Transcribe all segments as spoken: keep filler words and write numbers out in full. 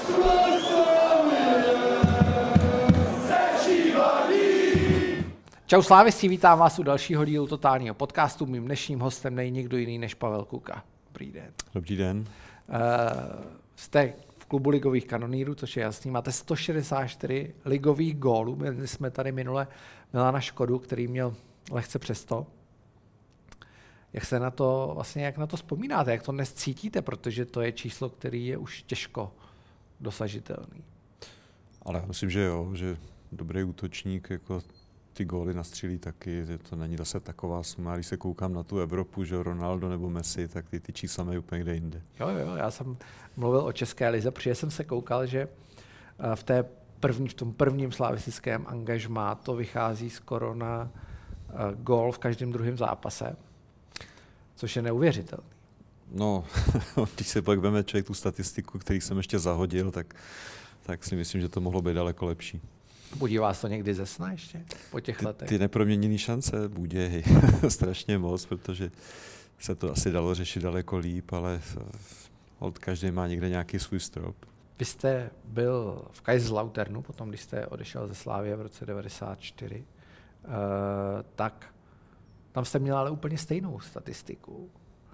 Čau slávisti, vítám vás u dalšího dílu Totálního podcastu. Mým dnešním hostem není nikdo jiný než Pavel Kuka. Dobrý den. Dobrý den. Uh, jste v klubu ligových kanonýrů, což je jasný. Máte sto šedesát čtyři ligových gólů. Měli jsme tady minule Milana Škodu, který měl lehce přes sto. Jak se na to vlastně, jak na to vzpomínáte? Jak to dnes cítíte? Protože to je číslo, který je už těžko dosažitelný. Ale myslím, že jo, že dobrý útočník jako ty góly nastřílí taky, že to není zase taková suma. Když se koukám na tu Evropu, že Ronaldo nebo Messi, tak ty, ty čísla mají úplně kde jinde. Jo, jo, já jsem mluvil o české lize, protože jsem se koukal, že v, té první, v tom prvním slavistickém angažmá to vychází skoro na gól v každém druhém zápase, což je neuvěřitelný. No, když se pak veme člověk tu statistiku, který jsem ještě zahodil, tak, tak si myslím, že to mohlo být daleko lepší. Budí vás to někdy ze sna ještě po těch ty, letech? Ty neproměněné šance budí strašně moc, protože se to asi dalo řešit daleko líp, ale od každý má někde nějaký svůj strop. Vy jste byl v Kaiserslauternu, potom když jste odešel ze Slavie v roce devadesát čtyři, uh, tak tam jste měl ale úplně stejnou statistiku.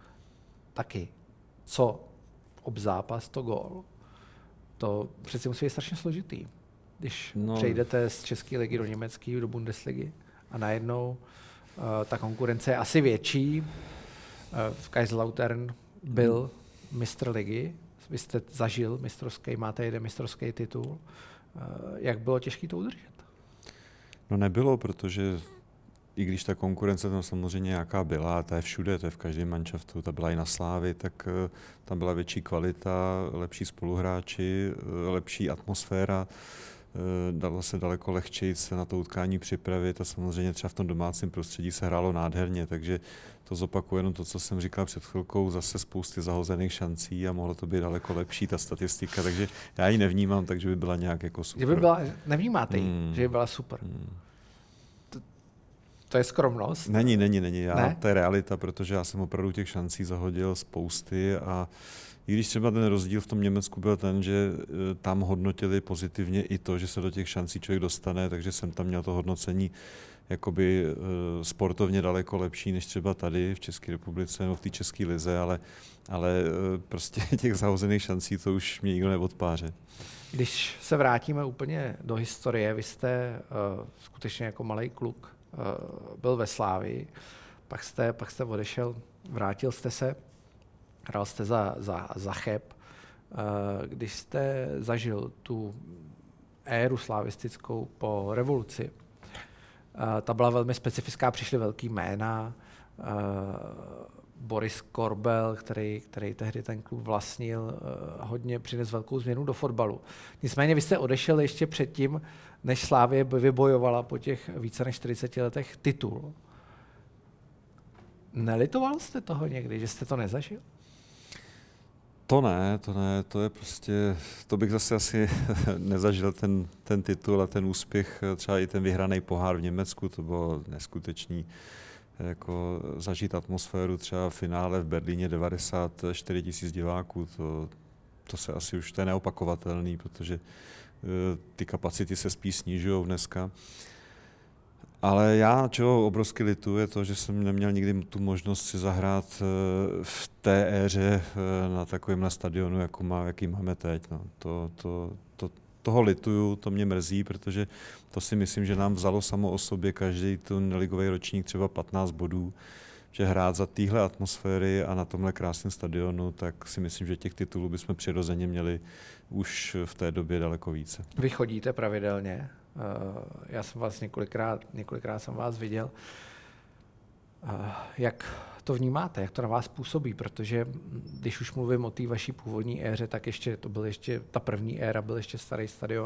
Taky. Co obzápas, to gól. To přeci musí být strašně složitý. Když no. přejdete z české ligy do německé, do Bundesligy a najednou uh, ta konkurence je asi větší. Uh, v Kaiserslautern byl mm. mistr ligy, vy jste zažil mistrovský, máte jeden mistrovský titul. Uh, jak bylo těžké to udržet? No nebylo, protože i když ta konkurence tam samozřejmě nějaká byla, ta je všude, to je v každém manšaftu, ta byla i na Slávii, tak uh, tam byla větší kvalita, lepší spoluhráči, uh, lepší atmosféra. Dalo se daleko lehčeji se na to utkání připravit a samozřejmě třeba v tom domácím prostředí se hrálo nádherně, takže to zopakuje jenom to, co jsem říkal před chvilkou, zase spousty zahozených šancí a mohlo to být daleko lepší ta statistika, takže já ji nevnímám, takže by byla nějak jako super. Že by byla, nevnímáte ji, hmm. že by byla super. Hmm. To, to je skromnost? Není, není, není. Já, ne? To je realita, protože já jsem opravdu těch šancí zahodil spousty a i když třeba ten rozdíl v tom Německu byl ten, že tam hodnotili pozitivně i to, že se do těch šancí člověk dostane, takže jsem tam měl to hodnocení jakoby sportovně daleko lepší než třeba tady v České republice nebo v té české lize, ale, ale prostě těch zahozených šancí to už mě nikdo neodpáře. Když se vrátíme úplně do historie, vy jste uh, skutečně jako malej kluk uh, byl ve Slávii, pak jste, pak jste odešel, vrátil jste se, hrál jste za, za, za Cheb. Když jste zažil tu éru slavistickou po revoluci, ta byla velmi specifická, přišly velký jména, Boris Korbel, který, který tehdy ten klub vlastnil, hodně přines velkou změnu do fotbalu. Nicméně vy jste odešel ještě předtím, než Slavie vybojovala po těch více než čtyřiceti letech titul. Nelitoval jste toho někdy, že jste to nezažil? To ne, to ne, to je prostě, to bych zase asi nezažil ten, ten titul a ten úspěch, třeba i ten vyhraný pohár v Německu, to bylo neskutečný, jako zažít atmosféru třeba v finále v Berlíně devadesát čtyři tisíc diváků, to, to se asi už, to je neopakovatelný, protože uh, ty kapacity se spíš snižují dneska. Ale já, čeho obrovsky lituju, je to, že jsem neměl nikdy tu možnost si zahrát v té éře na takovémhle stadionu, jako má, jaký máme teď. No, to, to, to, toho lituju, to mě mrzí, protože to si myslím, že nám vzalo samo o sobě každý ten ligový ročník třeba patnáct bodů, že hrát za téhle atmosféry a na tomhle krásném stadionu, tak si myslím, že těch titulů bychom přirozeně měli už v té době daleko více. Vy chodíte pravidelně? Já jsem vás několikrát, několikrát jsem vás viděl. Jak to vnímáte, jak to na vás působí? Protože když už mluvím o té vaší původní éře, tak ještě to byl ještě, ta první éra byl ještě starý stadion.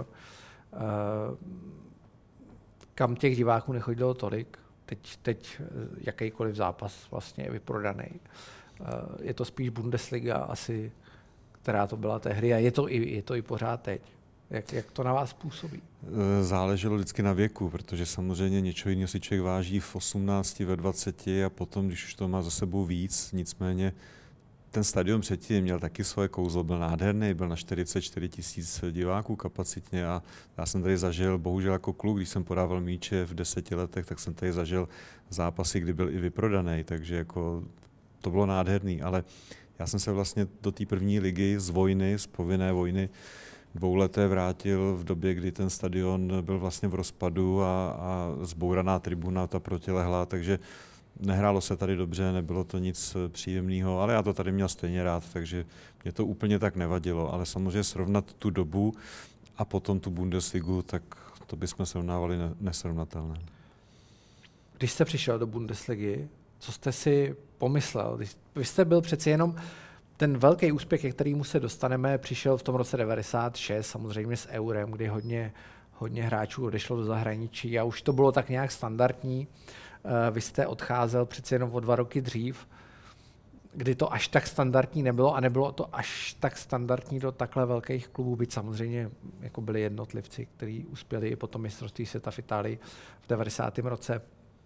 Kam těch diváků nechodilo tolik, teď, teď jakýkoliv zápas vlastně je vyprodaný. Je to spíš Bundesliga asi, která to byla tehdy a je to i, je to i pořád teď. Jak, jak to na vás působí? Záleželo vždycky na věku, protože samozřejmě něčeho jiného si člověk váží v osmnácti, ve dvaceti a potom, když už to má za sebou víc, nicméně ten stadion předtím měl taky svoje kouzlo, byl nádherný, byl na čtyřicet čtyři tisíc diváků kapacitně a já jsem tady zažil, bohužel jako kluk, když jsem podával míče v deseti letech, tak jsem tady zažil zápasy, kdy byl i vyprodaný, takže jako to bylo nádherný, ale já jsem se vlastně do té první ligy z vojny, z povinné vojny dvouleté vrátil v době, kdy ten stadion byl vlastně v rozpadu a, a zbouraná tribuna, ta protilehlá, takže nehrálo se tady dobře, nebylo to nic příjemného, ale já to tady měl stejně rád, takže mě to úplně tak nevadilo, ale samozřejmě srovnat tu dobu a potom tu Bundesligu, tak to bychom srovnávali nesrovnatelné. Když jste přišel do Bundesligy, co jste si pomyslel? Vy jste byl přeci jenom ten velký úspěch, ke kterému se dostaneme, přišel v tom roce devadesát šest, samozřejmě s eurem, kdy hodně, hodně hráčů odešlo do zahraničí a už to bylo tak nějak standardní. Vy jste odcházel přeci jenom o dva roky dřív, kdy to až tak standardní nebylo a nebylo to až tak standardní do takhle velkých klubů, byť samozřejmě jako byli jednotlivci, kteří uspěli i po tom mistrovství světa v Itálii v devadesátém roce.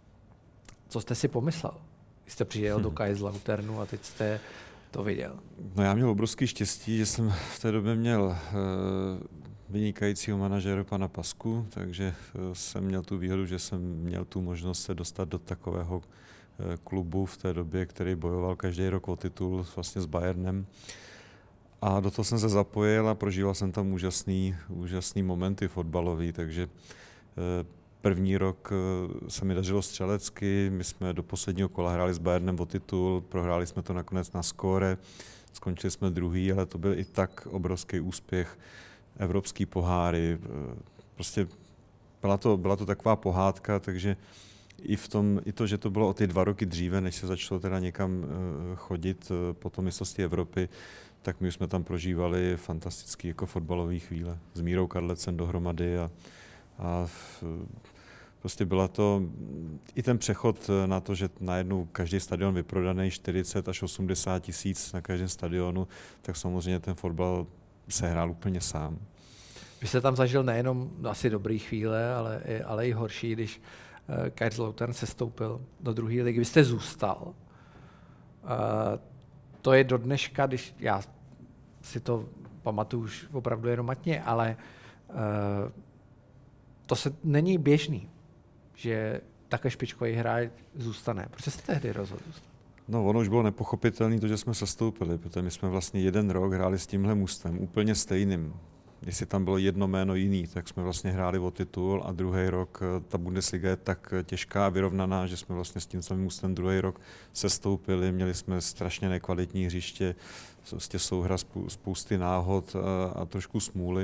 Co jste si pomyslel? Jste přijel hmm. do Kaiserslauternu a teď jste to viděl. No já měl obrovský štěstí, že jsem v té době měl uh, vynikajícího manažera pana Pasku, takže uh, jsem měl tu výhodu, že jsem měl tu možnost se dostat do takového uh, klubu v té době, který bojoval každý rok o titul vlastně s Bayernem. A do toho jsem se zapojil a prožíval jsem tam úžasný, úžasný momenty fotbalový, takže uh, první rok se mi dařilo střelecky, my jsme do posledního kola hráli s Bayernem o titul, prohráli jsme to nakonec na skóre, skončili jsme druhý, ale to byl i tak obrovský úspěch, evropský poháry, prostě byla to, byla to taková pohádka, takže i v tom, i to, že to bylo o ty dva roky dříve, než se začalo teda někam chodit po tom mistrovství Evropy, tak my už jsme tam prožívali fantastický jako fotbalový chvíle s Mírou Kadlecem dohromady a A prostě byla to i ten přechod na to, že najednou každý stadion vyprodaný čtyřicet až osmdesát tisíc na každém stadionu, tak samozřejmě ten fotbal se hrál úplně sám. Vy jste tam zažil nejenom asi dobrý chvíle, ale i, ale i horší, když uh, Kaiserslautern sestoupil do druhé ligy. Vy jste zůstal. Uh, to je do dneška, když já si to pamatuju už opravdu jenom matně, ale uh, to se není běžný, že takhle špičkový hráč zůstane. Proč jste tehdy rozhodl zůstat? No, ono už bylo nepochopitelné to, že jsme sestoupili, protože my jsme vlastně jeden rok hráli s tímhle mužstvem, úplně stejným. Jestli tam bylo jedno jméno jiný, tak jsme vlastně hráli o titul a druhý rok ta Bundesliga je tak těžká a vyrovnaná, že jsme vlastně s tím samým mužstvem druhý rok sestoupili, měli jsme strašně nekvalitní hřiště, vlastně souhra spousty náhod a, a trošku smůly.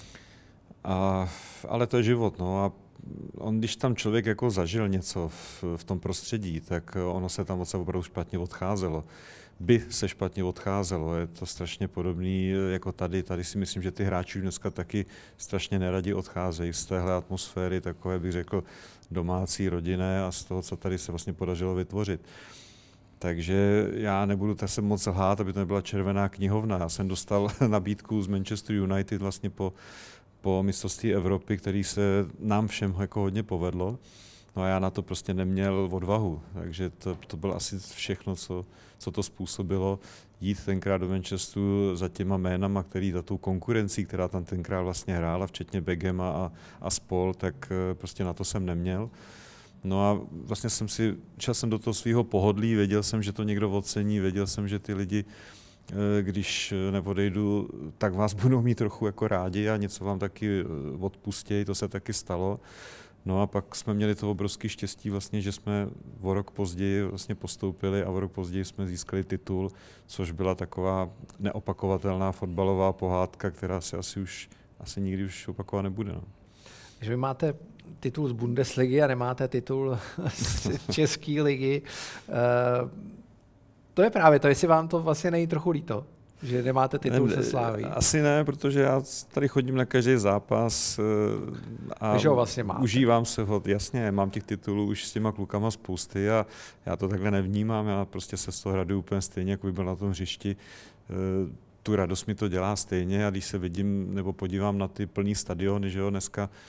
A, ale to je život, no a on, když tam člověk jako zažil něco v, v tom prostředí, tak ono se tam od sebe opravdu špatně odcházelo. By se špatně odcházelo, je to strašně podobný jako tady. Tady si myslím, že ty hráči dneska taky strašně neradi odcházejí z téhle atmosféry, takové bych řekl domácí, rodinné a z toho, co tady se vlastně podařilo vytvořit. Takže já nebudu tak se moc lhát, aby to nebyla červená knihovna. Já jsem dostal nabídku z Manchester United vlastně po po mistrovství Evropy, který se nám všem jako hodně povedlo. No a já na to prostě neměl odvahu, takže to, to bylo asi všechno, co, co to způsobilo. Jít tenkrát do Manchesteru za těma jménama, který za tou konkurencí, která tam tenkrát vlastně hrála, včetně Begema a, a spol, tak prostě na to jsem neměl. No a vlastně jsem si, šel jsem do toho svého pohodlí, věděl jsem, že to někdo ocení, věděl jsem, že ty lidi, když neodejdu, tak vás budou mít trochu jako rádi a něco vám taky odpustějí, to se taky stalo. No a pak jsme měli to obrovské štěstí vlastně, že jsme o rok později vlastně postoupili a o rok později jsme získali titul, což byla taková neopakovatelná fotbalová pohádka, která se asi už asi nikdy už opakovat nebude. No. Že vy máte titul z Bundesligy a nemáte titul z České ligy. Uh, To je právě to, jestli vám to vlastně není trochu líto, že nemáte titul ne, se Sláví. Asi ne, protože já tady chodím na každý zápas a vlastně užívám se ho, jasně, mám těch titulů už s těma klukama spousty a já to takhle nevnímám, já prostě se z toho hradu úplně stejně, jako by byl na tom hřišti. Tu radost mi to dělá stejně a když se vidím nebo podívám na ty plný stadiony, že jo, dneska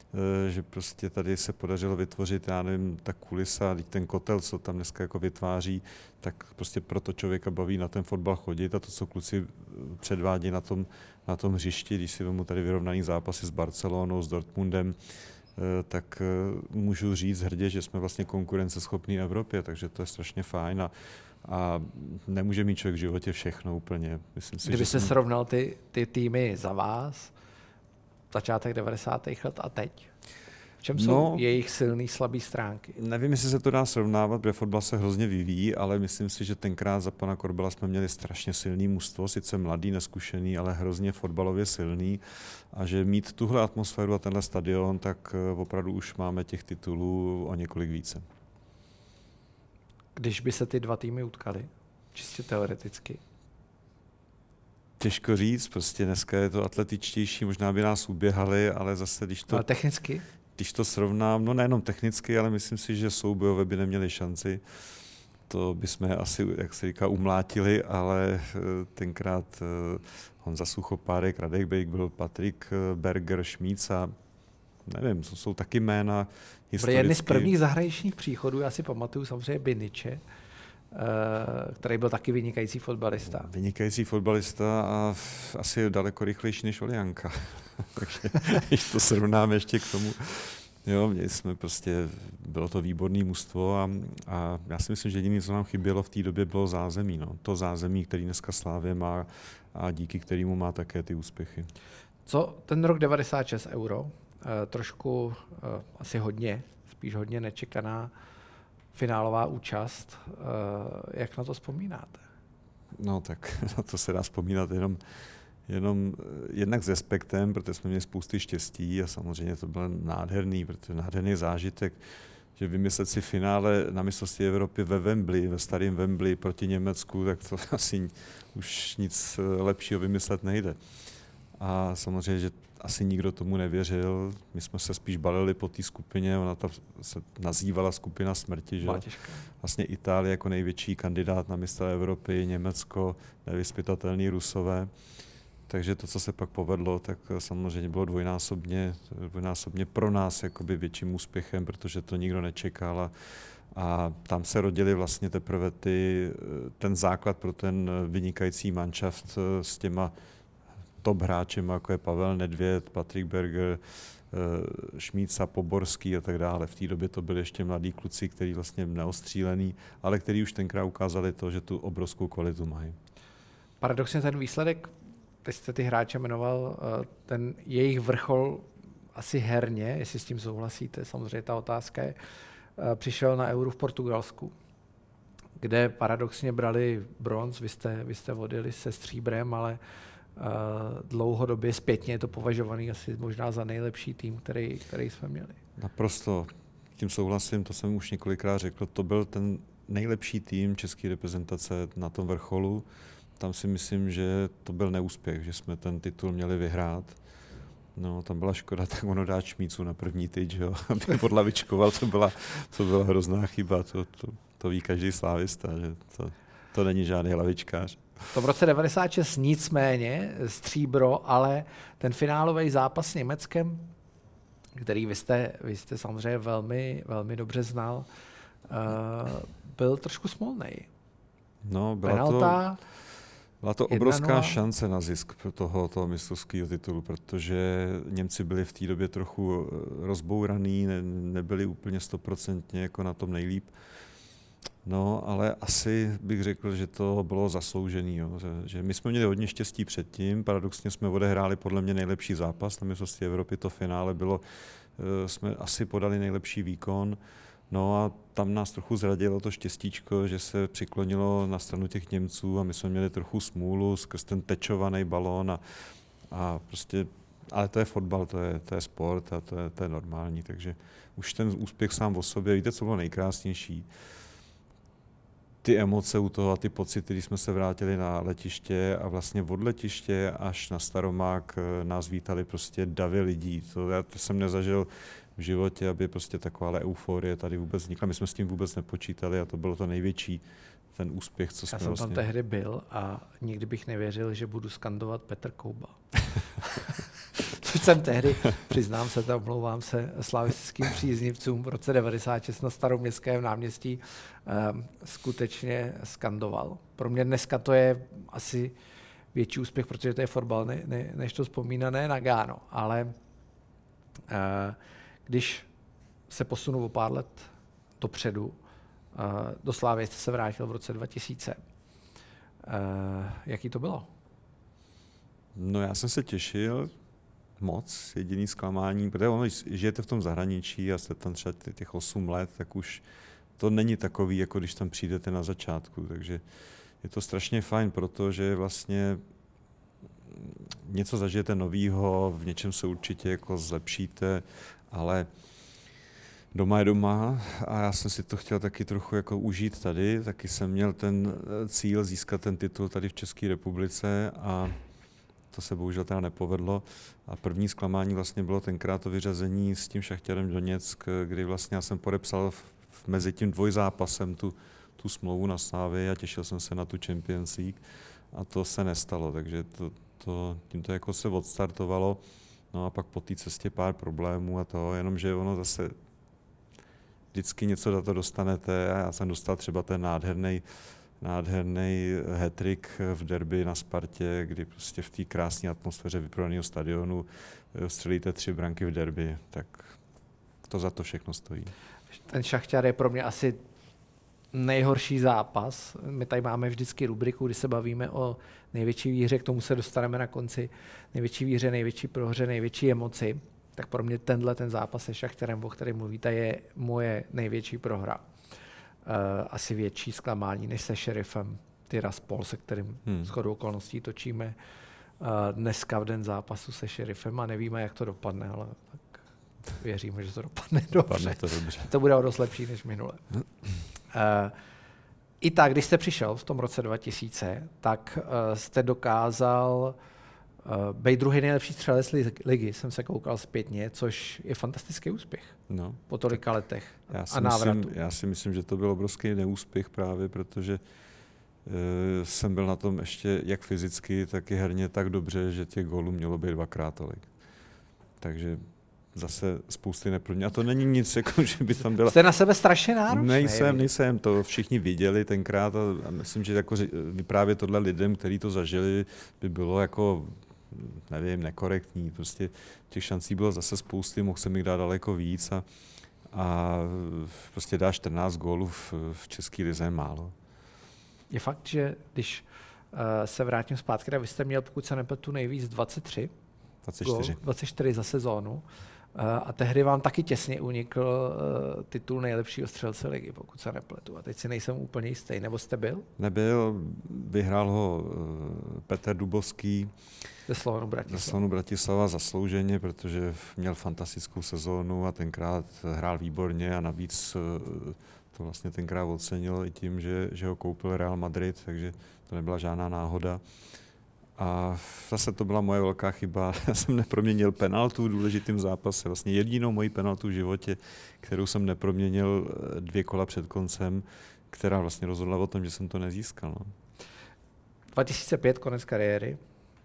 že prostě tady se podařilo vytvořit, já nevím, ta kulisa, ten kotel, co tam dneska jako vytváří, tak prostě proto člověka baví na ten fotbal chodit a to, co kluci předvádí na tom, na tom hřišti, když si vemu tady vyrovnaný zápasy s Barcelonou, s Dortmundem, tak můžu říct hrdě, že jsme vlastně konkurenceschopní Evropě, takže to je strašně fajn a, a nemůže mít člověk v životě všechno úplně. Myslím si, Kdyby se jsem... srovnal ty, ty týmy za vás, začátek devadesátých let a teď, v čem jsou no, jejich silné, slabé stránky? Nevím, jestli se to dá srovnávat, protože fotbal se hrozně vyvíjí, ale myslím si, že tenkrát za pana Korbela jsme měli strašně silný mužstvo, sice mladý, neskušený, ale hrozně fotbalově silný a že mít tuhle atmosféru a tenhle stadion, tak opravdu už máme těch titulů o několik více. Když by se ty dva týmy utkali, čistě teoreticky? Těžko říct, prostě dneska je to atletičtější, možná by nás uběhali, ale zase, když to... Ale technicky? Když to srovnám, no nejenom technicky, ale myslím si, že soubojové by neměli šanci. To bychom asi, jak se říká, umlátili, ale tenkrát Honza Suchopárek, Radek Bejk, byl Patrik Berger, Šmíc a nevím, to jsou taky jména historicky. Byly jedny z prvních zahraničních příchodů, já si pamatuju samozřejmě Biniče, který byl taky vynikající fotbalista. Vynikající fotbalista a asi daleko rychlejší než Olianka. Takže když to srovnáme ještě k tomu, jo, měli jsme prostě, bylo to výborné mužstvo a, a já si myslím, že jediné, co nám chybělo v té době, bylo zázemí. No. To zázemí, který dneska Slavia má a díky kterému má také ty úspěchy. Co ten rok devadesát šest Euro, e, trošku e, asi hodně, spíš hodně nečekaná finálová účast. E, jak na to vzpomínáte? No tak na to se dá vzpomínat jenom Jenom jednak s respektem, protože jsme měli spousty štěstí a samozřejmě to byl nádherný, protože nádherný zážitek, že vymyslet si finále na mistrovství Evropy ve Wembley, ve starém Wembley proti Německu, tak to asi už nic lepšího vymyslet nejde. A samozřejmě, že asi nikdo tomu nevěřil. My jsme se spíš balili po té skupině, ona ta se nazývala skupina smrti, že vlastně Itálie jako největší kandidát na mistra Evropy, Německo, nevyzpytatelný Rusové. Takže to, co se pak povedlo, tak samozřejmě bylo dvojnásobně, dvojnásobně pro nás jakoby větším úspěchem, protože to nikdo nečekal a, a tam se rodili vlastně teprve ty, ten základ pro ten vynikající manšaft s těma top hráčem, jako je Pavel Nedvěd, Patrik Berger, Šmíca, Poborský a tak dále. V té době to byli ještě mladí kluci, kteří vlastně neostřílený, ale kteří už tenkrát ukázali to, že tu obrovskou kvalitu mají. Paradoxně ten výsledek, teď jste ty hráče jmenoval, ten jejich vrchol asi herně, jestli s tím souhlasíte, samozřejmě ta otázka je, přišel na Euro v Portugalsku, kde paradoxně brali bronz, vy jste, vy jste vodili se stříbrem, ale uh, dlouhodobě zpětně je to považovaný asi možná za nejlepší tým, který, který jsme měli. Naprosto, tím souhlasím, to jsem už několikrát řekl, to byl ten nejlepší tým české reprezentace na tom vrcholu. Tam si myslím, že to byl neúspěch, že jsme ten titul měli vyhrát. No, tam byla škoda, tak ono dát Šmícu na první tyč, jo, aby podlavičkoval, to byla, to byla hrozná chyba, to, to, to ví každý slávista, že to, to není žádný hlavičkář. To v roce devadesát šest nicméně stříbro, ale ten finálový zápas s Německem, který vy jste, vy jste samozřejmě velmi, velmi dobře znal, uh, byl trošku smolnej. No, byla Penalta, to... Byla to obrovská šance na zisk toho, toho mistrovského titulu, protože Němci byli v té době trochu rozbouraný, ne, nebyli úplně stoprocentně jako na tom nejlíp. No, ale asi bych řekl, že to bylo zasloužený. Jo. Že, že my jsme měli hodně štěstí předtím, paradoxně jsme odehráli podle mě nejlepší zápas na mistrovství Evropy, to finále bylo, jsme asi podali nejlepší výkon. No a tam nás trochu zradilo to štěstíčko, že se přiklonilo na stranu těch Němců a my jsme měli trochu smůlu skrz ten tečovaný balón a, a prostě, ale to je fotbal, to je, to je sport a to je, to je normální, takže už ten úspěch sám o sobě, víte, co bylo nejkrásnější? Ty emoce u toho a ty pocity, když jsme se vrátili na letiště a vlastně od letiště až na Staromák nás vítali prostě davy lidí, to já to jsem nezažil v životě, aby prostě taková euforie tady vůbec vznikla. My jsme s tím vůbec nepočítali a to bylo to největší, ten úspěch, co jsme Já jsem vlastně... tam tehdy byl a nikdy bych nevěřil, že budu skandovat Petr Kouba. Což jsem tehdy, přiznám se to, omlouvám se slavistickým příznivcům v roce devadesát šest na Staroměstském náměstí um, skutečně skandoval. Pro mě dneska to je asi větší úspěch, protože to je fotbal, ne, ne, než to vzpomínané Nagano. Ale uh, když se posunu o pár let dopředu, uh, do Slávie jste se vrátil v roce dva tisíce. Uh, jaký to bylo? No já jsem se těšil moc, jediný zklamání, protože ono, žijete v tom zahraničí a jste tam třeba těch osm let, tak už to není takový, jako když tam přijdete na začátku, takže je to strašně fajn, protože vlastně něco zažijete novýho, v něčem se určitě jako zlepšíte, ale doma je doma a já jsem si to chtěl taky trochu jako užít tady, taky jsem měl ten cíl získat ten titul tady v České republice a to se bohužel teda nepovedlo. A první zklamání vlastně bylo tenkrát to vyřazení s tím Šachtěrem Doněck, kdy vlastně já jsem podepsal v, v mezi tím dvojzápasem tu, tu smlouvu na Slávii a těšil jsem se na tu Champions League a to se nestalo, takže to, to, tím to jako se odstartovalo. No a pak po té cestě pár problémů a to, jenomže ono zase vždycky něco za to dostanete a já jsem dostal třeba ten nádherný nádherný hat-trick v derby na Spartě, kdy prostě v té krásné atmosféře vyprodaného stadionu střelíte tři branky v derby, tak to za to všechno stojí. Ten Šachtar je pro mě asi nejhorší zápas. My tady máme vždycky rubriku, kdy se bavíme o největší výhře, k tomu se dostaneme na konci. Největší výhře, největší prohře, největší emoci. Tak pro mě tenhle ten zápas se Šachtarem, o kterém mluvíte, je moje největší prohra. Uh, asi větší zklamání než se Sheriffem Tiraspol, se kterým hmm. shodou okolností točíme uh, dneska v den zápasu se Sheriffem a nevíme, jak to dopadne, ale tak věříme, že to dopadne dobře. Dopadne to dobře. To bude o dost lepší než minule. Uh, I tak, když jste přišel v tom roce dva tisíce, tak uh, jste dokázal uh, být druhý nejlepší střelec ligy, jsem se koukal zpětně, což je fantastický úspěch. No, po tolika letech já si a návratu. Myslím, já si myslím, že to byl obrovský neúspěch právě, protože uh, jsem byl na tom ještě jak fyzicky, tak i herně tak dobře, že těch gólů mělo být dvakrát tolik. Takže zase spousty neplně. A to není nic, jako, že by tam byla... Jste na sebe strašně náročný. Nejsem, nejsem, to všichni viděli tenkrát a, a myslím, že jako vyprávět tohle lidem, kteří to zažili, by bylo jako, nevím, nekorektní. Prostě těch šancí bylo zase spousty, mohl jsem jich dát daleko víc a, a prostě dá čtrnáct gólů v, v české lize je málo. Je fakt, že když uh, se vrátím zpátky, tak vy jste měl, pokud se nepletu, nejvíc dvacet tři. dvacet čtyři. Gól, dvacet čtyři za sezónu. A tehdy vám taky těsně unikl uh, titul nejlepšího střelce ligy, pokud se nepletu. A teď si nejsem úplně jistý. Nebo jste byl? Nebyl, vyhrál ho uh, Petr Dubovský ze Slovanu Bratislava. Ze Slovanu Bratislava zaslouženě, protože měl fantastickou sezónu a tenkrát hrál výborně a navíc uh, to vlastně tenkrát ocenil i tím, že, že ho koupil Real Madrid, takže to nebyla žádná náhoda. A zase to byla moje velká chyba. Já jsem neproměnil penaltu v důležitém zápase. Vlastně jedinou moji penaltu v životě, kterou jsem neproměnil dvě kola před koncem, která vlastně rozhodla o tom, že jsem to nezískal. No. dva tisíce pět, konec kariéry.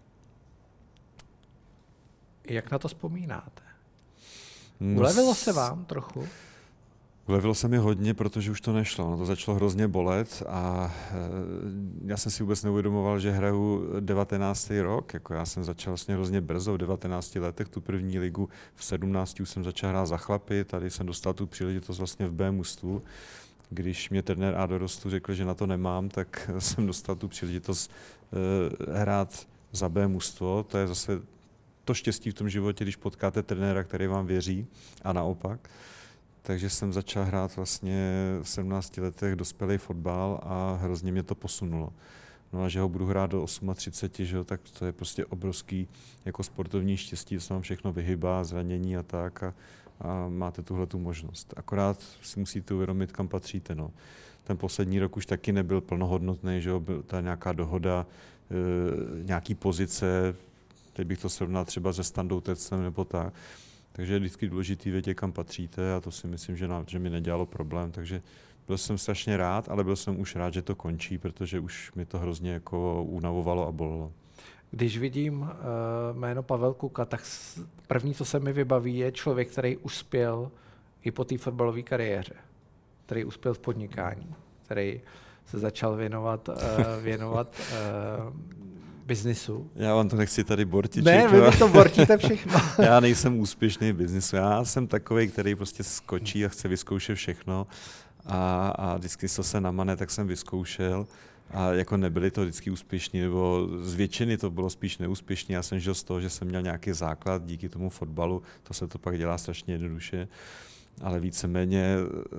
Jak na to vzpomínáte? Ulevilo se vám trochu? Ulevilo se mi hodně, protože už to nešlo. No to začalo hrozně bolet a e, já jsem si vůbec neuvědomoval, že hraju devatenáctý rok. Jako já jsem začal vlastně hrozně brzo, v devatenácti letech, tu první ligu, v sedmnácti už jsem začal hrát za chlapy, tady jsem dostal tu příležitost vlastně v B mužstvu. Když mě trenér A dorostu řekl, že na to nemám, tak jsem dostal tu příležitost e, hrát za B mužstvo. To je zase to štěstí v tom životě, když potkáte trenéra, který vám věří a naopak. Takže jsem začal hrát vlastně v sedmnácti letech dospělý fotbal a hrozně mě to posunulo. No a že ho budu hrát do třiceti osmi, že jo, tak to je prostě obrovský jako sportovní štěstí, to se vám všechno vyhybá, zranění a tak a, a máte tuhle tu možnost. Akorát si musíte uvědomit, kam patříte. No. Ten poslední rok už taky nebyl plnohodnotný, že jo, byla ta nějaká dohoda, e, nějaký pozice, teď bych to srovnal třeba se Standou Tecem nebo tak. Takže je vždycky důležitý vědět, kam patříte a to si myslím, že, na, že mi nedělalo problém. Takže byl jsem strašně rád, ale byl jsem už rád, že to končí, protože už mi to hrozně jako unavovalo a bolelo. Když vidím uh, jméno Pavel Kuka, tak první, co se mi vybaví, je člověk, který uspěl i po té fotbalové kariéře, který uspěl v podnikání, který se začal věnovat, uh, věnovat uh, biznisu. Já vám to nechci tady bortit. Ne, vy mi to bortíte všechno. Já nejsem úspěšný v biznisu. Já jsem takový, který prostě skočí a chce vyzkoušet všechno. A, a vždycky, co se namane, tak jsem vyzkoušel. A jako nebyli to vždycky úspěšní, nebo z většiny to bylo spíš neúspěšný. Já jsem žil z toho, že jsem měl nějaký základ díky tomu fotbalu. To se to pak dělá strašně jednoduše. Ale víceméně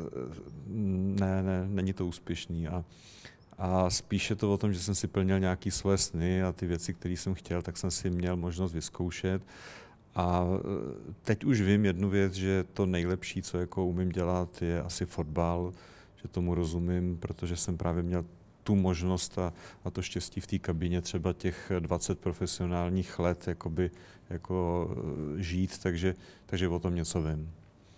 ne, ne, není to úspěšný. A, a spíš je to o tom, že jsem si plnil nějaké svoje sny a ty věci, které jsem chtěl, tak jsem si měl možnost vyzkoušet. A teď už vím jednu věc, že to nejlepší, co jako umím dělat, je asi fotbal, že tomu rozumím, protože jsem právě měl tu možnost a, a to štěstí v té kabině třeba těch dvacet profesionálních let jakoby, jako žít, takže, takže o tom něco vím.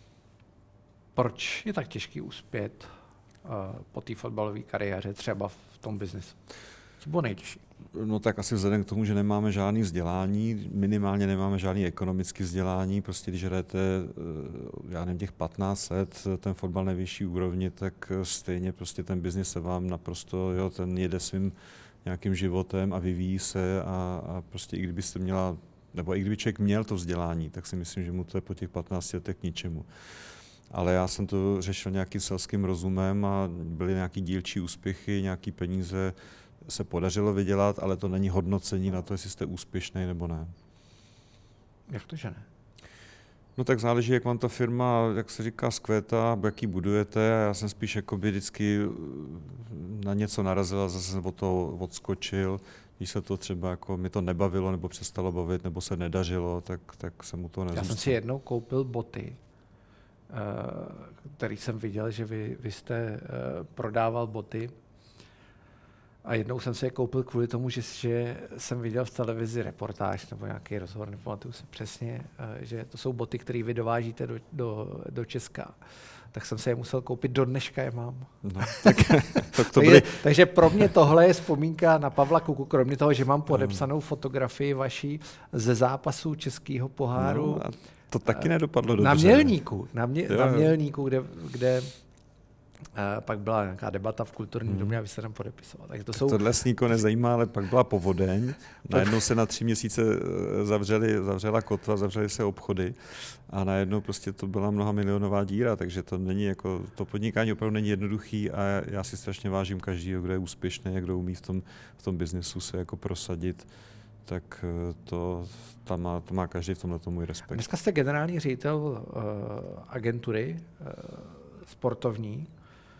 Proč je tak těžký uspět uh, po té fotbalové kariéře, třeba v tom biznesu? Co bylo nejtěžší? No tak asi vzhledem k tomu, že nemáme žádný vzdělání, minimálně nemáme žádný ekonomický vzdělání, prostě když hrajete, já nevím, těch patnáct let, ten fotbal na vyšší úrovni, tak stejně prostě ten biznis se vám naprosto, jo, ten jede svým nějakým životem a vyvíjí se a, a prostě i kdybyste měla, nebo i kdyby člověk měl to vzdělání, tak si myslím, že mu to je po těch patnácti letech k ničemu. Ale já jsem to řešil nějakým selským rozumem a byly nějaký dílčí úspěchy, nějaký peníze se podařilo vydělat, ale to není hodnocení na to, jestli jste úspěšný nebo ne. Jak to, že ne? No tak záleží, jak vám ta firma, jak se říká, zkvétá, jak ji budujete. A já jsem spíš jakoby vždycky na něco narazil a zase jsem od toho odskočil. Když se to třeba jako mi to nebavilo nebo přestalo bavit nebo se nedařilo, tak, tak jsem mu to nezůstal. Já jsem si jednou koupil boty, který jsem viděl, že vy, vy jste prodával boty. A jednou jsem si je koupil kvůli tomu, že, že jsem viděl v televizi reportáž nebo nějaký rozhovor, nepamatuju si přesně, že to jsou boty, které vy dovážíte do, do, do Česka. Tak jsem se je musel koupit, do dneška je mám. No, tak, tak to takže, byly... takže pro mě tohle je vzpomínka na Pavla Kuku, kromě toho, že mám podepsanou fotografii vaší ze zápasu Českého poháru. No, a to taky nedopadlo dobře. Na Mělníku, na, mě, na Mělníku, kde... kde Uh, pak byla nějaká debata v kulturním hmm. domě a vy se tam podepisovat. Tak to jsou... Tohle nikoho nezajímá, ale pak byla povodeň. Najednou se na tři měsíce zavřeli, zavřela kotva, zavřely se obchody a najednou prostě to byla mnoha milionová díra, takže to není jako, to podnikání opravdu není jednoduchý a já si strašně vážím každýho, kdo je úspěšný a kdo umí v tom, v tom biznesu se jako prosadit, tak to, to, má, to má každý v tomhle můj respekt. Dneska jste generální ředitel uh, agentury uh, sportovní.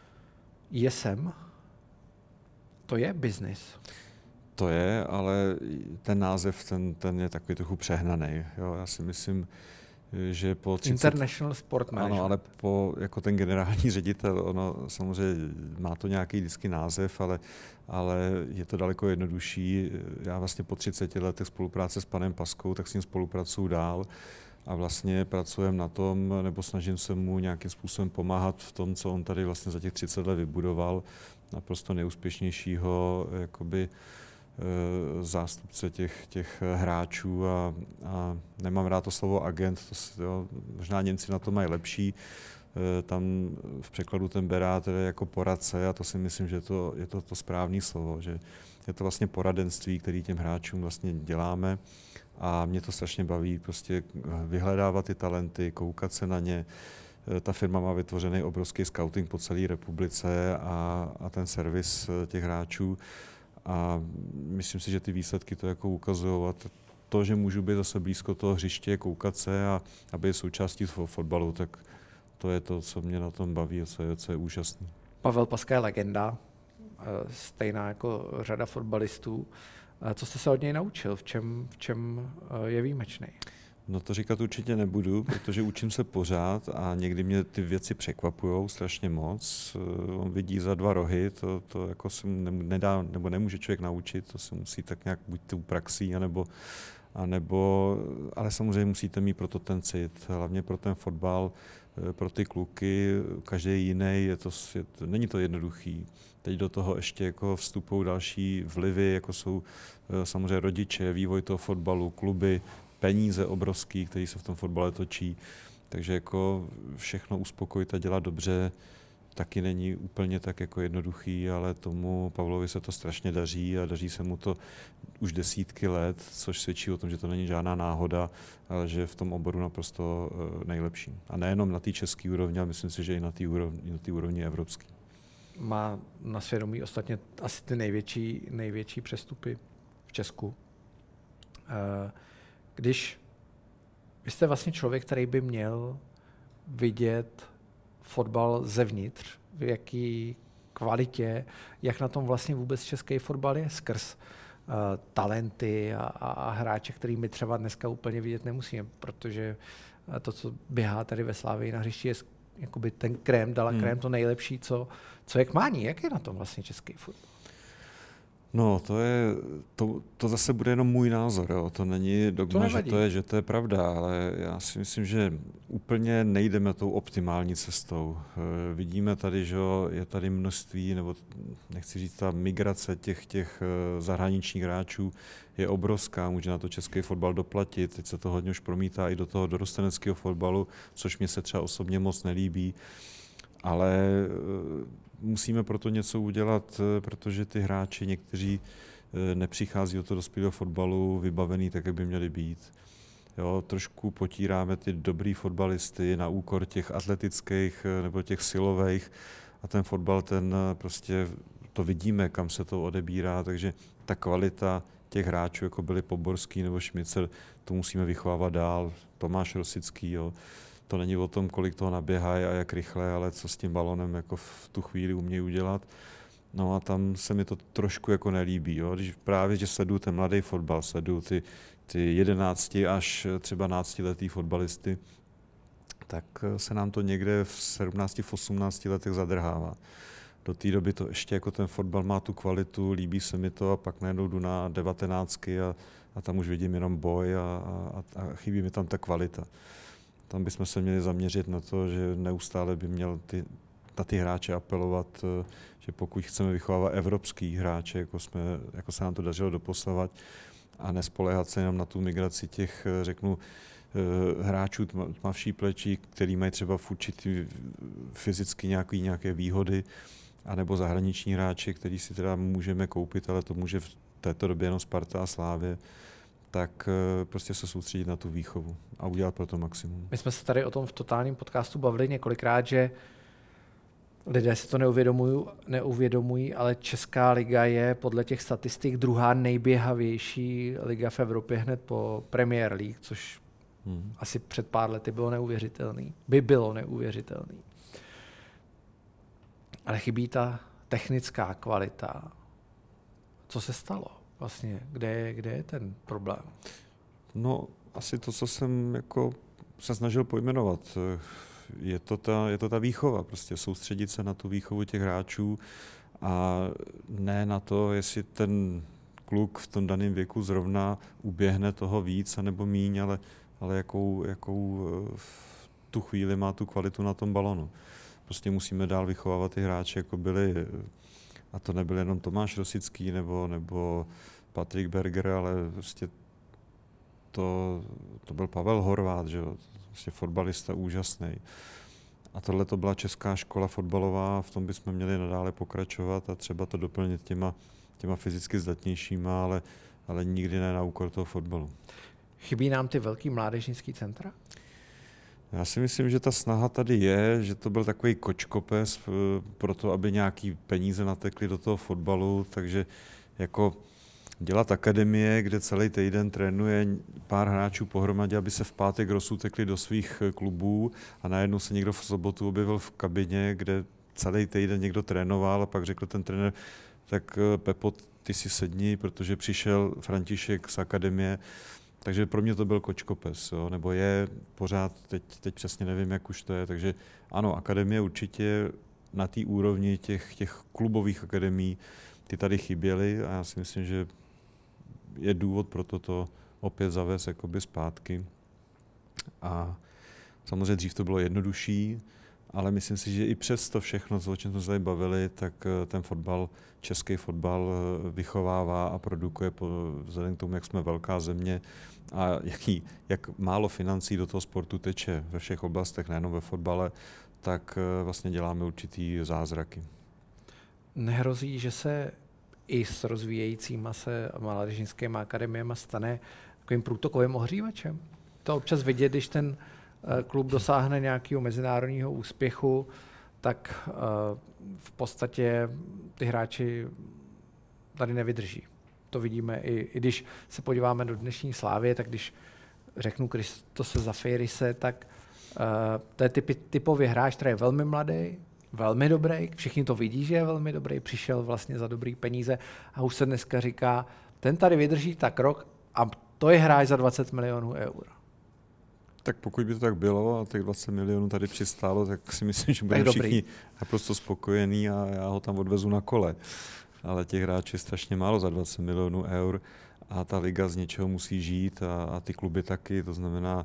J S M, to je biznis. To je, ale ten název, ten, ten je takový trochu přehnaný. Jo, já si myslím, že po třiceti... International Sport Management. Ano, ale po, jako ten generální ředitel, ono samozřejmě má to nějaký vždycky název, ale, ale je to daleko jednodušší. Já vlastně po třiceti letech spolupráce s panem Paskou, tak s ním spolupracuju dál. A vlastně pracujeme na tom, nebo snažím se mu nějakým způsobem pomáhat v tom, co on tady vlastně za těch třicet let vybudoval, naprosto nejúspěšnějšího jakoby, e, zástupce těch, těch hráčů a, a nemám rád to slovo agent, to, jo, možná Němci na to mají lepší, e, tam v překladu ten berá tedy jako poradce a to si myslím, že to, je to to správné slovo, že je to vlastně poradenství, který těm hráčům vlastně děláme. A mě to strašně baví prostě vyhledávat ty talenty, koukat se na ně. Ta firma má vytvořený obrovský scouting po celé republice a, a ten servis těch hráčů. A myslím si, že ty výsledky to jako ukazují. To, že můžu být zase blízko toho hřiště, koukat se a, a být součástí fotbalu, tak to je to, co mě na tom baví a co je, co je úžasné. Pavel Paska je legenda, stejná jako řada fotbalistů. Co jste se od něj naučil? V čem, v čem je výjimečný? No to říkat určitě nebudu, protože učím se pořád a někdy mě ty věci překvapujou strašně moc. On vidí za dva rohy, to, to jako se nedá, nebo nemůže člověk naučit, to se musí tak nějak buď tou praxí, anebo, A nebo, ale samozřejmě musíte mít pro to ten cit, hlavně pro ten fotbal, pro ty kluky, každý jiný, je to, je to, není to jednoduchý. Teď do toho ještě jako vstupují další vlivy, jako jsou samozřejmě rodiče, vývoj toho fotbalu, kluby, peníze obrovský, které se v tom fotbale točí. Takže jako všechno uspokojit a dělat dobře taky není úplně tak jako jednoduchý, ale tomu Pavlovi se to strašně daří a daří se mu to už desítky let, což svědčí o tom, že to není žádná náhoda, ale že je v tom oboru naprosto nejlepší. A nejenom na té české úrovni, ale myslím si, že i na té úrovni, na té úrovni evropské. Má na svědomí ostatně asi ty největší, největší přestupy v Česku. Když vy jste vlastně člověk, který by měl vidět fotbal zevnitř, v jaký kvalitě, jak na tom vlastně vůbec český fotbal je skrz uh, talenty a, a, a hráče, který my třeba dneska úplně vidět nemusíme, protože to, co běhá tady ve Slavii na hřišti, je jakoby ten krém, dala hmm. krém, to nejlepší, co, co je k mání. Jak je na tom vlastně český fotbal? No, to je, to, to zase bude jenom můj názor, jo. To není dogma, to že to je, že to je pravda, ale já si myslím, že úplně nejdeme tou optimální cestou. E, vidíme tady, že je tady množství, nebo nechci říct, ta migrace těch, těch zahraničních hráčů je obrovská, může na to český fotbal doplatit, teď se to hodně už promítá i do toho dorosteneckého fotbalu, což mě se třeba osobně moc nelíbí, ale musíme proto něco udělat, protože ty hráči někteří nepřichází do toho dospělého fotbalu vybavený tak, jak by měli být. Jo, trošku potíráme ty dobrý fotbalisty na úkor těch atletických nebo těch silových a ten fotbal, ten prostě to vidíme, kam se to odebírá, takže ta kvalita těch hráčů, jako byli Poborský nebo Šmicer, to musíme vychovávat dál. Tomáš Rosický, jo. To není o tom, kolik toho naběhají a jak rychle, ale co s tím balonem jako v tu chvíli umějí udělat. No a tam se mi to trošku jako nelíbí. Jo. Když právě, že sleduju ten mladý fotbal, sleduju ty, ty jedenácti až třeba náctiletý fotbalisty, tak se nám to někde v sedmnácti, v osmnácti letech zadrhává. Do té doby to ještě jako ten fotbal má tu kvalitu, líbí se mi to a pak najednou jdu na devatenáctky a, a tam už vidím jenom boj a, a, a chybí mi tam ta kvalita. Tam bychom se měli zaměřit na to, že neustále by měl ty, na ty hráče apelovat, že pokud chceme vychovávat evropský hráče, jako, jsme, jako se nám to dařilo doposavat, a nespoléhat se jenom na tu migraci těch, řeknu, hráčů tmavší plečí, který mají třeba v určitý fyzicky nějaký, nějaké výhody, anebo zahraniční hráči, který si teda můžeme koupit, ale to může v této době jenom Sparta a Slávě, tak prostě se soustředit na tu výchovu a udělat pro to maximum. My jsme se tady o tom v totálním podcastu bavili několikrát, že lidé si to neuvědomují, neuvědomují, ale Česká liga je podle těch statistik druhá nejběhavější liga v Evropě hned po Premier League, což hmm. asi před pár lety bylo neuvěřitelný. By bylo neuvěřitelný. Ale chybí ta technická kvalita. Co se stalo? Vlastně, kde je, kde je ten problém? No, asi to, co jsem jako se snažil pojmenovat. Je to ta, je to ta výchova, prostě soustředit se na tu výchovu těch hráčů a ne na to, jestli ten kluk v tom daném věku zrovna uběhne toho víc nebo míň, ale, ale jakou, jakou v tu chvíli má tu kvalitu na tom balonu. Prostě musíme dál vychovávat ty hráče, jako byli, a to nebyl jenom Tomáš Rosický nebo, nebo Patrik Berger, ale prostě to, to byl Pavel Horváth, že jo, prostě fotbalista úžasný. A tohle to byla česká škola fotbalová, v tom bychom měli nadále pokračovat a třeba to doplnit těma, těma fyzicky zdatnějšíma, ale, ale nikdy ne na úkor toho fotbalu. Chybí nám ty velký mládežnický centra? Já si myslím, že ta snaha tady je, že to byl takový kočkopes pro to, aby nějaký peníze natekly do toho fotbalu, takže jako dělat akademie, kde celý týden trénuje pár hráčů pohromadě, aby se v pátek rozsutekli do svých klubů a najednou se někdo v sobotu objevil v kabině, kde celý týden někdo trénoval a pak řekl ten trenér, tak Pepo, ty si sedni, protože přišel František z akademie. Takže pro mě to byl kočkopes, jo, nebo je pořád, teď, teď přesně nevím, jak už to je, takže ano, akademie určitě na té úrovni těch, těch klubových akademií, ty tady chyběly a já si myslím, že je důvod pro to, to opět zavést jakoby zpátky. A samozřejmě dřív to bylo jednodušší, ale myslím si, že i přes to všechno, o čem jsme se tady bavili, tak ten fotbal, český fotbal vychovává a produkuje vzhledem k tomu, jak jsme velká země a jaký, jak málo financí do toho sportu teče ve všech oblastech, nejenom ve fotbale, tak vlastně děláme určitý zázraky. Nehrozí, že se i s rozvíjejícíma se mládežnickými akademiemi stane takovým průtokovým ohřívačem? To občas vidět, když ten klub dosáhne nějakého mezinárodního úspěchu, tak v podstatě ty hráči tady nevydrží. To vidíme i, i když se podíváme do dnešní Slávie, tak když řeknu Kristose Zafirise, tak uh, to je typy, typově hráč, který je velmi mladý, velmi dobrý, všichni to vidí, že je velmi dobrý, přišel vlastně za dobrý peníze a už se dneska říká, ten tady vydrží tak rok a to je hráč za dvacet milionů eur. Tak pokud by to tak bylo a těch dvacet milionů tady přistálo, tak si myslím, že budeme všichni naprosto spokojení a já ho tam odvezu na kole. Ale těch hráčů je strašně málo za dvacet milionů eur a ta liga z něčeho musí žít a, a ty kluby taky. To znamená,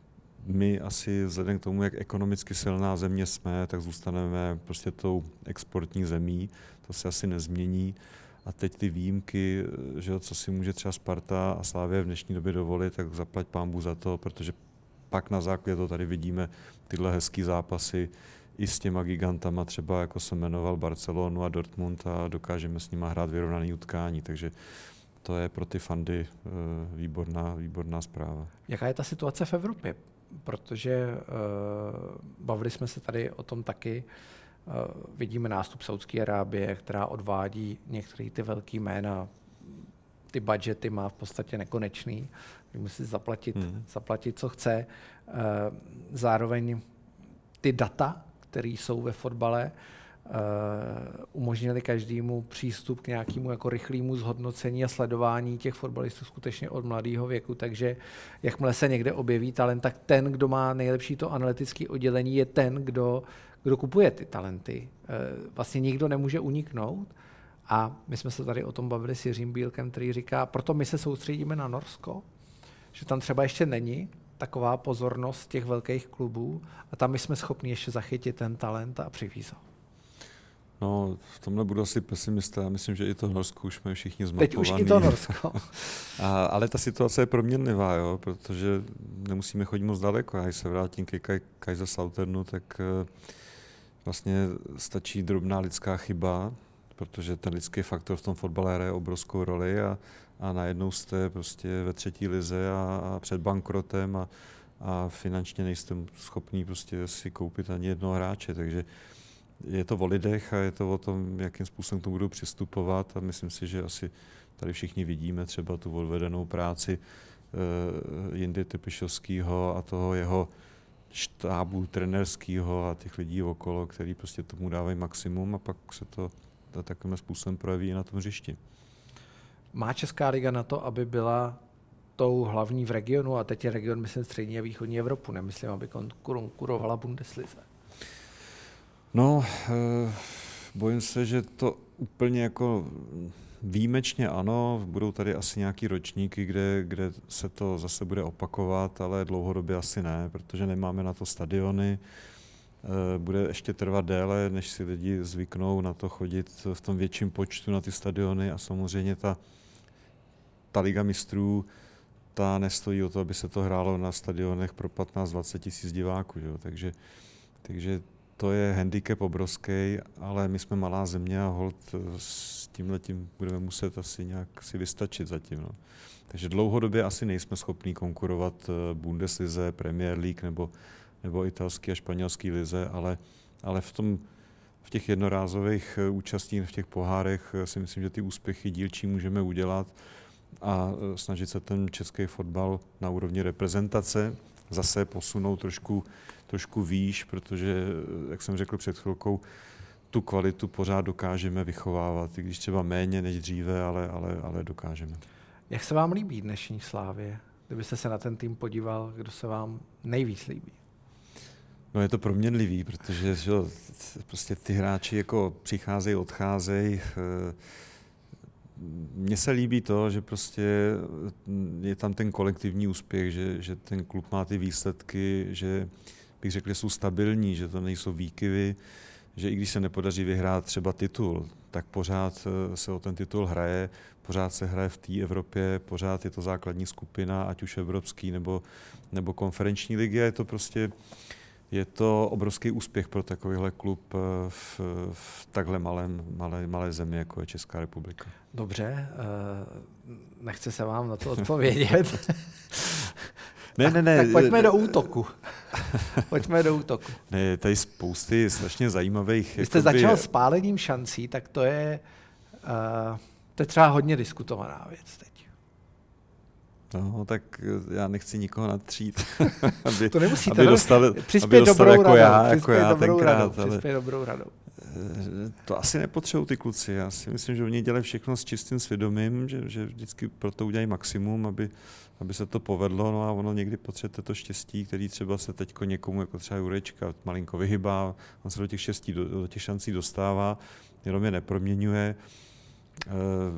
my asi vzhledem k tomu, jak ekonomicky silná země jsme, tak zůstaneme prostě tou exportní zemí. To se asi nezmění. A teď ty výjimky, že co si může třeba Sparta a Slavia v dnešní době dovolit, tak zaplať pánbůh za to, protože pak na základě toho tady vidíme tyhle hezký zápasy i s těma gigantama, třeba jako jsem jmenoval Barcelonu a Dortmund a dokážeme s nima hrát vyrovnaný utkání, takže to je pro ty fandy výborná, výborná zpráva. Jaká je ta situace v Evropě? Protože uh, bavili jsme se tady o tom taky, uh, vidíme nástup Saúdské Arábie, která odvádí některé ty velké jména, ty budžety má v podstatě nekonečný, musí zaplatit, hmm. zaplatit, co chce. Zároveň ty data, které jsou ve fotbale, umožnili každému přístup k nějakému jako rychlému zhodnocení a sledování těch fotbalistů skutečně od mladého věku, takže jakmile se někde objeví talent, tak ten, kdo má nejlepší to analytické oddělení, je ten, kdo, kdo kupuje ty talenty. Vlastně nikdo nemůže uniknout. A my jsme se tady o tom bavili s Jiřím Bílkem, který říká, proto my se soustředíme na Norsko, že tam třeba ještě není taková pozornost těch velkých klubů a tam my jsme schopni ještě zachytit ten talent a přivízat. No, v tomhle budu asi pesimista. Já myslím, že i to Norsko už jsme všichni zmapovaný. Teď už i to Norsko. a, ale ta situace je proměnlivá, jo, protože nemusíme chodit moc daleko. Já když se vrátím ke Kaiserslauternu, tak vlastně stačí drobná lidská chyba, protože ten lidský faktor v tom fotbale hraje obrovskou roli a, a najednou jste prostě ve třetí lize a, a před bankrotem a, a finančně nejste schopní prostě si koupit ani jednoho hráče, takže je to o lidech a je to o tom, jakým způsobem k tomu budou přistupovat a myslím si, že asi tady všichni vidíme třeba tu odvedenou práci uh, Jindy Typišovského a toho jeho štábu trenerského a těch lidí okolo, který prostě tomu dávají maximum a pak se to takovým způsobem projeví i na tom hřišti. Má Česká liga na to, aby byla tou hlavní v regionu, a teď je region, myslím, střední a východní Evropu, nemyslím, aby konkurovala Bundeslize? No, eh, bojím se, že to úplně jako výjimečně ano, budou tady asi nějaký ročníky, kde, kde se to zase bude opakovat, ale dlouhodobě asi ne, protože nemáme na to stadiony. Bude ještě trvat déle, než si lidi zvyknou na to chodit v tom větším počtu na ty stadiony a samozřejmě ta, ta Liga mistrů, ta nestojí o to, aby se to hrálo na stadionech pro patnáct dvacet tisíc diváků. Jo? Takže, takže to je handicap obrovský, ale my jsme malá země a hold s tímhletím budeme muset asi nějak si vystačit zatím. No. Takže dlouhodobě asi nejsme schopní konkurovat Bundeslize, Premier League nebo nebo italský a španělský lize, ale, ale v, tom, v těch jednorázových účastích, v těch pohárech si myslím, že ty úspěchy dílčí můžeme udělat a snažit se ten český fotbal na úrovni reprezentace zase posunout trošku, trošku výš, protože, jak jsem řekl před chvilkou, tu kvalitu pořád dokážeme vychovávat, i když třeba méně než dříve, ale, ale, ale dokážeme. Jak se vám líbí dnešní Slávie? Kdybyste se na ten tým podíval, kdo se vám nejvíc líbí? No je to proměnlivý, protože že, prostě ty hráči jako přicházejí, odcházejí. mně se líbí to, že prostě je tam ten kolektivní úspěch, že, že ten klub má ty výsledky, že bych řekl, že jsou stabilní, že to nejsou výkyvy, že i když se nepodaří vyhrát třeba titul, tak pořád se o ten titul hraje, pořád se hraje v té Evropě, pořád je to základní skupina, ať už evropský nebo, nebo konferenční ligy, je to prostě je to obrovský úspěch pro takovýhle klub v, v takhle malém, malé, malé zemi, jako je Česká republika. Dobře, nechce se vám na to odpovědět. Ne, ne, ne. Tak pojďme do útoku. Pojďme do útoku. Ne, je tady spousty strašně zajímavých. Když jste jakoby... začal s pálením šancí, tak to je, uh, to je třeba hodně diskutovaná věc teď. No, tak já nechci nikoho natřít, aby, to nemusíte, aby dostal, aby dostal jako radou, já, jako já tenkrát. Ale dobrou radou. To asi nepotřebují ty kluci. Já si myslím, že oni dělají všechno s čistým svědomím, že, že vždycky pro to udělají maximum, aby, aby se to povedlo. No a ono někdy potřebuje to štěstí, který třeba se teďko někomu, jako třeba Jurečka, malinko vyhybá, on se do těch štěstí, do, do těch šancí dostává, jenom je neproměňuje. E,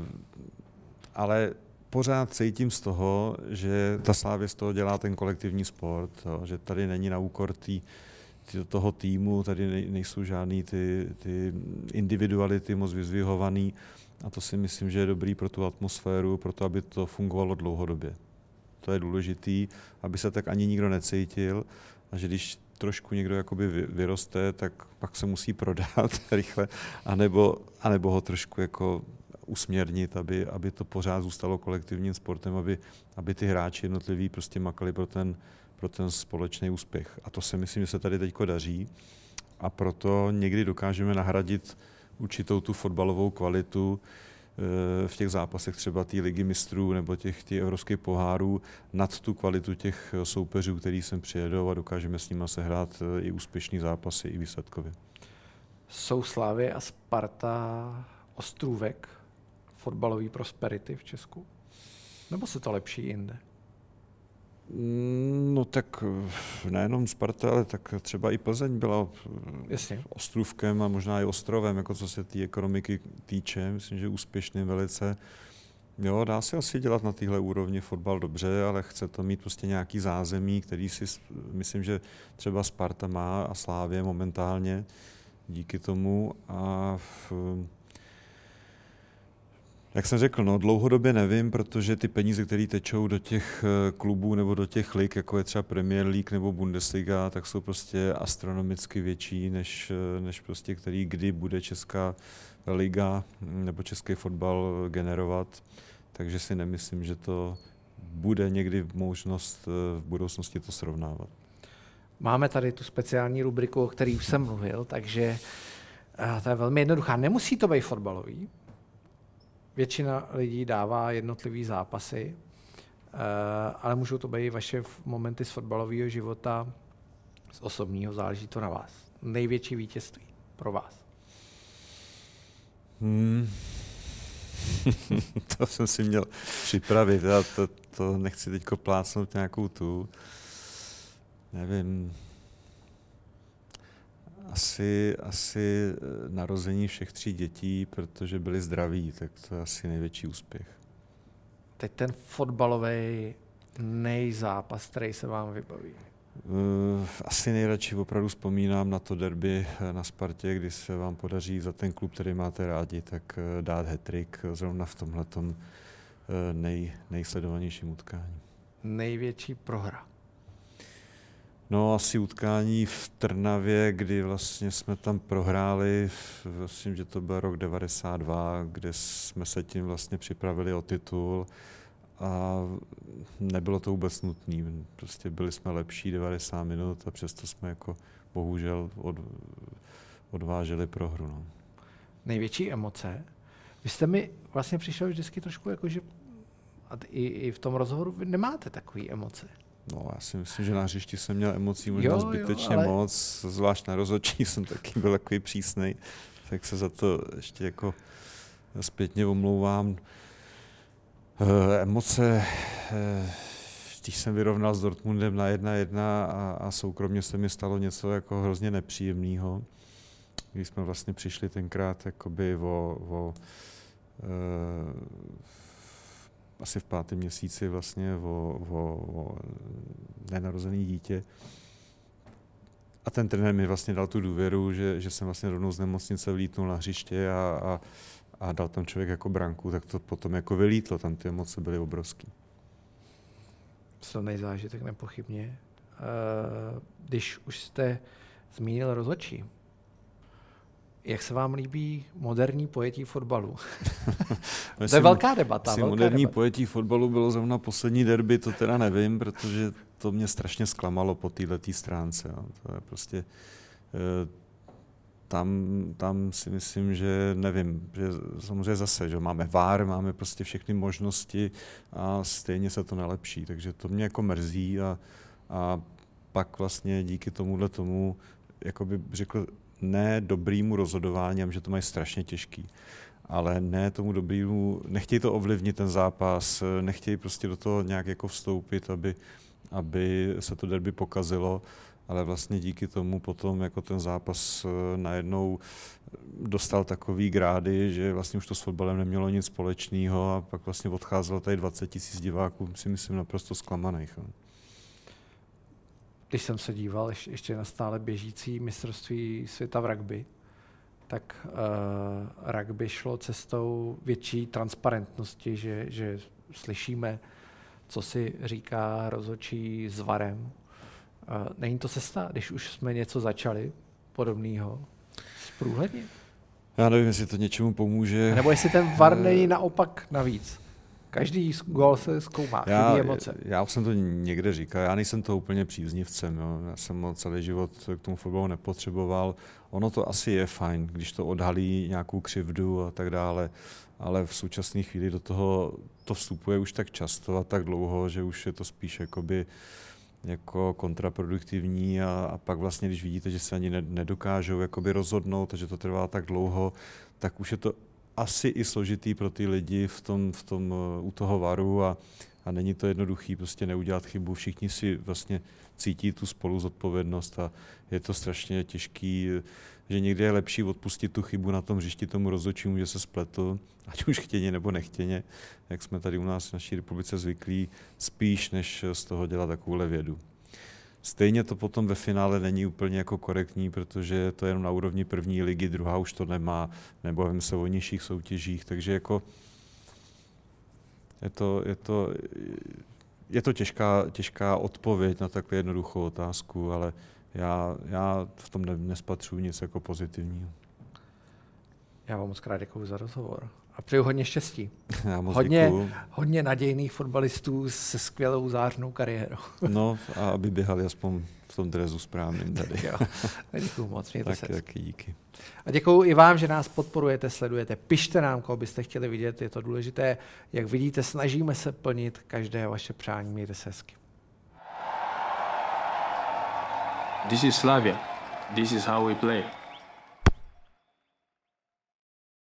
ale pořád cítím z toho, že ta Slavie z toho dělá ten kolektivní sport, jo, že tady není na úkor tý, tý, toho týmu, tady nejsou žádný ty, ty individuality moc vyzdvihovaný a to si myslím, že je dobrý pro tu atmosféru, pro to, aby to fungovalo dlouhodobě. To je důležitý, aby se tak ani nikdo necítil a že když trošku někdo jakoby vyroste, tak pak se musí prodat rychle, anebo, anebo ho trošku jako usměrnit, aby, aby to pořád zůstalo kolektivním sportem, aby, aby ty hráči jednotliví prostě makali pro ten, pro ten společný úspěch. A to si myslím, že se tady teďko daří a proto někdy dokážeme nahradit určitou tu fotbalovou kvalitu e, v těch zápasech třeba té ligy mistrů nebo těch, těch evropských pohárů nad tu kvalitu těch soupeřů, který sem přijedou a dokážeme s nimi sehrát i úspěšný zápasy, i výsledkově. Jsou Slavie a Sparta ostrůvek fotbalový prosperity v Česku? Nebo se to lepší jinde? No tak nejenom Sparta, ale tak třeba i Plzeň byla Jasně. ostrůvkem a možná i ostrovem, jako co se té ekonomiky týče. Myslím, že úspěšným velice. Jo, dá se asi dělat na téhle úrovni fotbal dobře, ale chce to mít prostě nějaký zázemí, který si, myslím, že třeba Sparta má a Slavie momentálně díky tomu. A v, jak jsem řekl, no, dlouhodobě nevím, protože ty peníze, které tečou do těch klubů nebo do těch lig, jako je třeba Premier League nebo Bundesliga, tak jsou prostě astronomicky větší, než, než prostě který kdy bude Česká liga nebo český fotbal generovat. Takže si nemyslím, že to bude někdy možnost v budoucnosti to srovnávat. Máme tady tu speciální rubriku, o které už jsem mluvil, takže to je velmi jednoduchá. Nemusí to být fotbalový. Většina lidí dává jednotlivý zápasy, ale můžou to být vaše momenty z fotbalového života, z osobního, záleží to na vás. Největší vítězství pro vás. Hmm. To jsem si měl připravit, já to, to nechci teďko plácnout nějakou tu, nevím, asi, asi narození všech tří dětí, protože byli zdraví, tak to je asi největší úspěch. Teď ten fotbalový nejzápas, který se vám vybaví? Asi nejradši opravdu vzpomínám na to derby na Spartě, kdy se vám podaří za ten klub, který máte rádi, tak dát hat-trick zrovna v tomhletom nej, nejsledovanějším utkání. Největší prohra? No asi utkání v Trnavě, kdy vlastně jsme tam prohráli, myslím, že to byl rok devadesát dva, kde jsme se tím vlastně připravili o titul a nebylo to vůbec nutné. Prostě byli jsme lepší devadesát minut a přesto jsme jako bohužel od, odváželi prohru. No. Největší emoce? Vy jste mi vlastně přišel vždycky trošku jako, že a i, i v tom rozhovoru vy nemáte takové emoce. No, já si myslím, že na hřišti jsem měl emocí možná jo, zbytečně jo, ale... moc, zvlášť na rozhodčí jsem taky byl takový přísnej, tak se za to ještě jako zpětně omlouvám. E, emoce, e, když jsem vyrovnal s Dortmundem na jedna jedna a, a soukromně se mi stalo něco jako hrozně nepříjemného, když jsme vlastně přišli tenkrát jakoby o, o asi v pátém měsíci vlastně o, o, o nenarozený dítě. A ten trenér mi vlastně dal tu důvěru, že, že jsem vlastně rovnou z nemocnice vlítnul na hřiště a, a, a dal tam člověk jako branku, tak to potom jako vylítlo, tam ty emoce byly obrovský. Silný zážitek nepochybně. Když už jste zmínil rozhodčí, jak se vám líbí moderní pojetí fotbalu? To je velká debata. Velká moderní debata. Pojetí fotbalu bylo zrovna poslední derby, to teda nevím, protože to mě strašně zklamalo po této stránce. Jo. To je prostě, tam, tam si myslím, že nevím, že samozřejmě zase, že máme V A R, máme prostě všechny možnosti a stejně se to nelepší, takže to mě jako mrzí a, a pak vlastně díky tomuhle tomu, jakoby řekl, ne dobrýmu rozhodování, že to mají strašně těžký, ale ne tomu dobrýmu, nechtějí to ovlivnit ten zápas, nechtějí prostě do toho nějak jako vstoupit, aby, aby se to derby pokazilo, ale vlastně díky tomu potom jako ten zápas najednou dostal takový grády, že vlastně už to s fotbalem nemělo nic společného a pak vlastně odcházelo tady dvacet tisíc diváků, si myslím naprosto zklamaných. Když jsem se díval ještě na stále běžící mistrovství světa v rugby, tak uh, rugby šlo cestou větší transparentnosti, že, že slyšíme, co si říká rozhodčí s varem. Uh, není to cesta, když už jsme něco začali podobného zprůhlednit? Já nevím, jestli to něčemu pomůže. A nebo jestli ten var není naopak navíc. Každý gól se zkoumá, já, chybí emoce. Já už jsem to někde říkal, já nejsem to úplně příznivcem. Jo. Já jsem celý život k tomu fotbalu nepotřeboval. Ono to asi je fajn, když to odhalí nějakou křivdu a tak dále, ale v současné chvíli do toho to vstupuje už tak často a tak dlouho, že už je to spíš jakoby jako kontraproduktivní a, a pak vlastně, když vidíte, že se ani nedokážou jakoby rozhodnout a že to trvá tak dlouho, tak už je to asi i složitý pro ty lidi v tom, v tom, u toho varu a, a není to jednoduchý prostě neudělat chybu. Všichni si vlastně cítí tu spolu zodpovědnost a je to strašně těžký, že někdy je lepší odpustit tu chybu na tom hřišti tomu rozhodčímu, že se spletl, ať už chtěně nebo nechtěně, jak jsme tady u nás v naší republice zvyklí, spíš než z toho dělat takovouhle vědu. Stejně to potom ve finále není úplně jako korektní, protože to je jenom na úrovni první ligy, druhá už to nemá, nebavím se o nižších soutěžích, takže jako je to, je to, je to těžká, těžká odpověď na takovou jednoduchou otázku, ale já, já v tom nespatřuji nic jako pozitivního. Já vám moc krát děkuju za rozhovor. A přeju hodně štěstí. Já moc hodně, hodně nadějných fotbalistů se skvělou zářnou kariérou. No a aby běhali aspoň v tom dresu správným tady. Jo. Děkuju moc, mějte taky, se. Taky díky. A děkuju i vám, že nás podporujete, sledujete. Pište nám, koho byste chtěli vidět, je to důležité. Jak vidíte, snažíme se plnit každé vaše přání. Mějte se hezky. This is Slavia. This is how we play.